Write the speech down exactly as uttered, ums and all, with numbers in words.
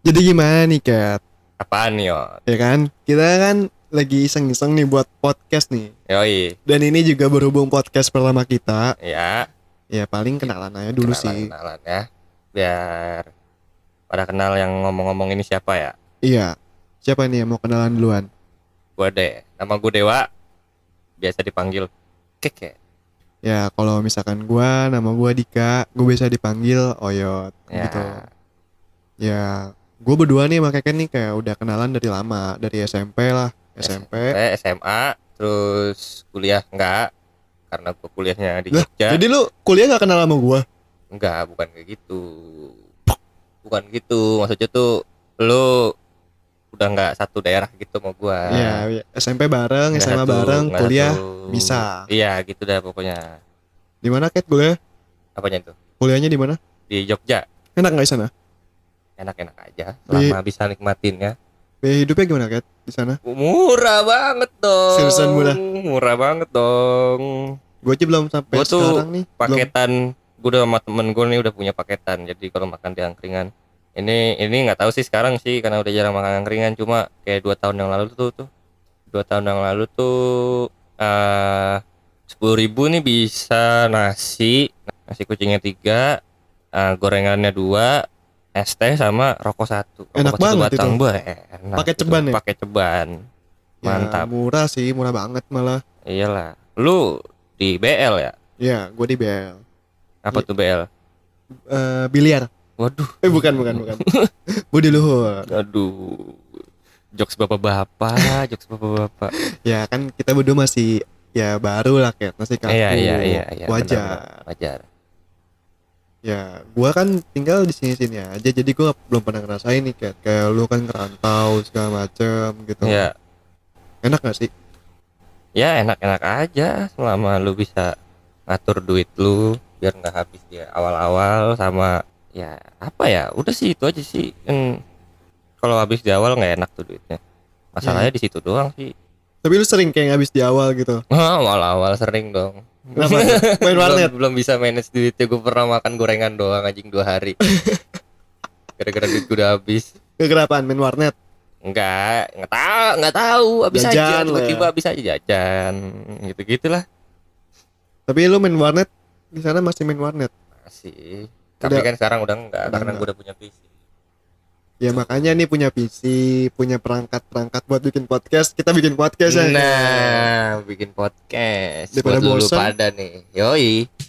Jadi gimana nih Kat? Apaan yo? Ya kan, kita kan lagi iseng-iseng nih buat podcast nih. Yoi. Dan ini juga berhubung podcast pertama kita. Ya. Ya paling kenalan aja dulu kenalan, sih. Kenalan ya. Biar pada kenal yang ngomong-ngomong ini siapa ya? Iya. Siapa nih yang mau kenalan duluan? Gua deh. Nama gue Dewa. Biasa dipanggil Keke. Ya kalau misalkan gua, nama gua Dika, gua biasa dipanggil Oyot Ya. gitu. Ya, gua berdua nih sama Keken nih kayak udah kenalan dari lama, dari S M P lah, S M P. S M A, terus kuliah enggak? Karena gua kuliahnya di Lah, Jogja. jadi lu kuliah gak kenal sama gua? Enggak, bukan kayak gitu. Bukan gitu. Maksudnya tuh lu udah nggak satu daerah gitu sama gua. Iya, S M P bareng, Nggak S M A satu, bareng, nggak kuliah satu. bisa. Iya, gitu dah pokoknya. Di mana Ket kuliah? Apanya itu? Kuliahnya di mana? Di Jogja. Enak nggak di sana? Enak-enak aja selama bisa nikmatinnya. Biaya hidupnya gimana Ket di sana? Murah banget dong. Seriusan murah? Murah banget dong. Gue aja belum sampai Gue tuh sekarang nih. paketan. Gue udah sama temen gue nih udah punya paketan. Jadi kalau makan di angkringan, ini ini nggak tahu sih sekarang sih karena udah jarang makan angkringan. Cuma kayak dua tahun yang lalu tuh tuh dua tahun yang lalu tuh uh, sepuluh ribu nih bisa nasi nasi kucingnya tiga, uh, gorengannya dua, es teh sama rokok satu. Rokok Enak satu banget batang, itu. bah, enak Pakai gitu. ceban ya? Pakai ceban. Mantap. Ya, murah sih, murah banget malah. Iyalah. Lu di B L ya? Ya, gue di B L. Apa Iya. tuh B L? Eh, biliar. Waduh. Eh bukan, bukan, bukan. Budi Luhur. Aduh. Jokes bapak-bapak, jokes bapak-bapak. Ya kan kita berdua masih ya baru lah Ket, masih kaku. Iya, iya, iya, iya. Wajar. benar-benar. Wajar. Ya, gua kan tinggal di sini-sini aja, jadi gua belum pernah ngerasain nih Ket. Kayak lu kan ngerantau segala macem gitu. Iya. Enak gak sih? Ya enak-enak aja selama lu bisa ngatur duit lu biar nggak habis di awal-awal sama ya apa ya udah sih itu aja sih. Hmm, kalau habis di awal nggak enak tuh duitnya. Masalahnya di situ doang sih. Tapi lu sering kayak habis di awal gitu. Ah, awal-awal sering dong. Kenapa? Main warnet? belum, belum bisa manage duitnya. Gue pernah makan gorengan doang anjing dua hari. Gara-gara duit gue udah habis. Kegerapaan main warnet. Enggak, enggak tahu, enggak tahu. Habis aja Jajan lah tiba-tiba ya. habis aja jajan. Gitu-gitulah. Tapi lu main warnet di sana masih main warnet. Masih. Tapi Udah- kan sekarang udah enggak udah karena enggak. gue udah punya P C. Ya makanya nih punya P C, punya perangkat-perangkat buat bikin podcast. Kita bikin podcast ya. Nah, bikin podcast Daripada buat dulu bosan. pada nih. Yoi.